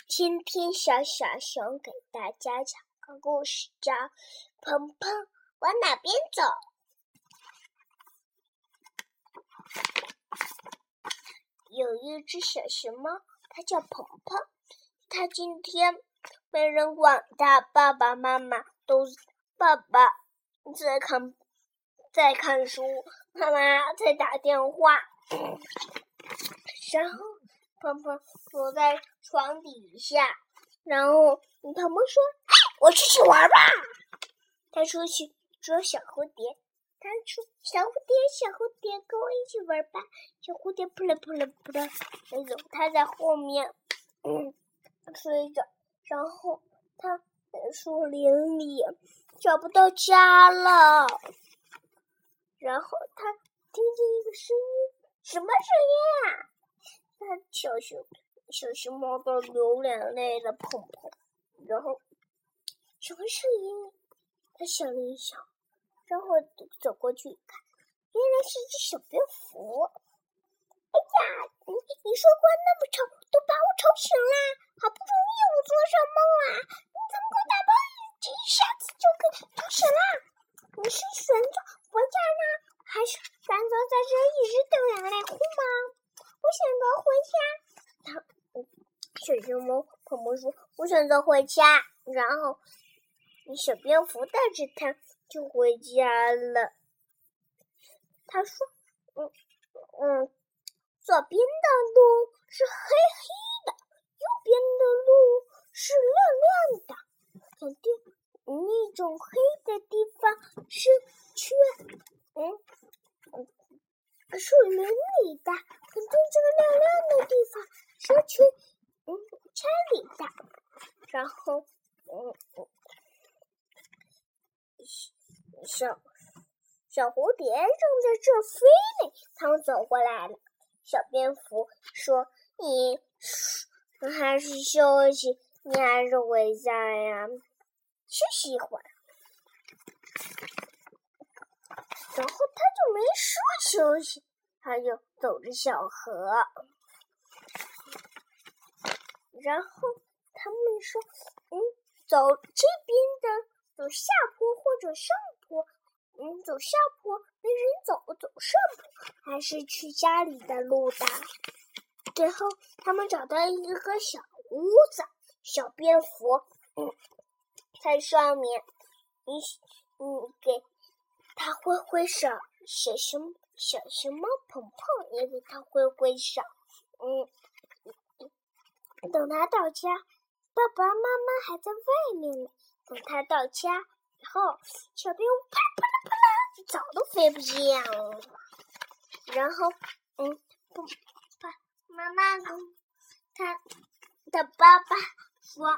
今天小熊给大家讲个故事，叫《鹏鹏往哪边走》。有一只小熊猫，它叫鹏鹏。它今天没人管它，爸爸妈妈爸爸在看书，妈妈在打电话。然后鹏鹏躲在床底下，然后鹏鹏说：“我出去玩吧。”他出去捉小蝴蝶，他说：“小蝴蝶，跟我一起玩吧。”小蝴蝶扑了飞走，他在后面追着，然后他在树林里找不到家了。然后他听见一个声音，什么声音啊？他小熊猫都流眼泪了，砰砰。然后什么声音？他想了一想，然后走过去看，原来是一只小蝙蝠。哎呀，你说话那么吵，都把我吵醒啦！好不容易我做上梦啦，你怎么会打包这一下子就给吵醒啦？你是选择回家呢，还是选择在这一直流眼泪哭吗？我选择回家。小熊猫鹏鹏说：“我选择回家。”然后小蝙蝠带着它就回家了。他说：“左边的路是黑黑的，右边的路是亮亮的。肯定那种黑的地方是去树林里的，肯定这个亮亮的地方是去山里的。”然后小蝴蝶正在这飞呢，他们走过来了。小蝙蝠说：“你还是休息，你还是回家呀？休息一会儿。”然后他就没说休息，他就走着小河。然后他们说：“走这边的，走下坡或者上坡。走下坡没人走上坡，还是去家里的路的。”最后他们找到一个小屋子，小蝙蝠在上面给他挥手，小熊猫鹏鹏也给他挥手。等他到家，爸爸妈妈还在外面呢。等他到家以后，小蝙蝠啪啦早都飞不见了。然后妈妈跟他的爸爸说：“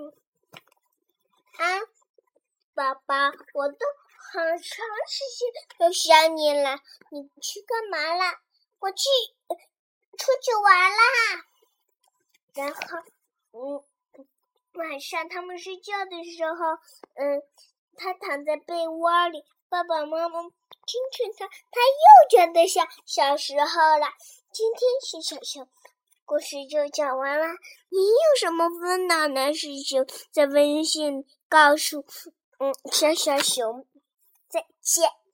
爸爸，我都好长时间都想你了，你去干嘛啦？”“我去出去玩啦。”然后晚上他们睡觉的时候，他躺在被窝里，爸爸妈妈亲亲他，他又觉得像小时候了。今天小熊故事就讲完了，你有什么烦恼的事情在微信告诉小熊。再见。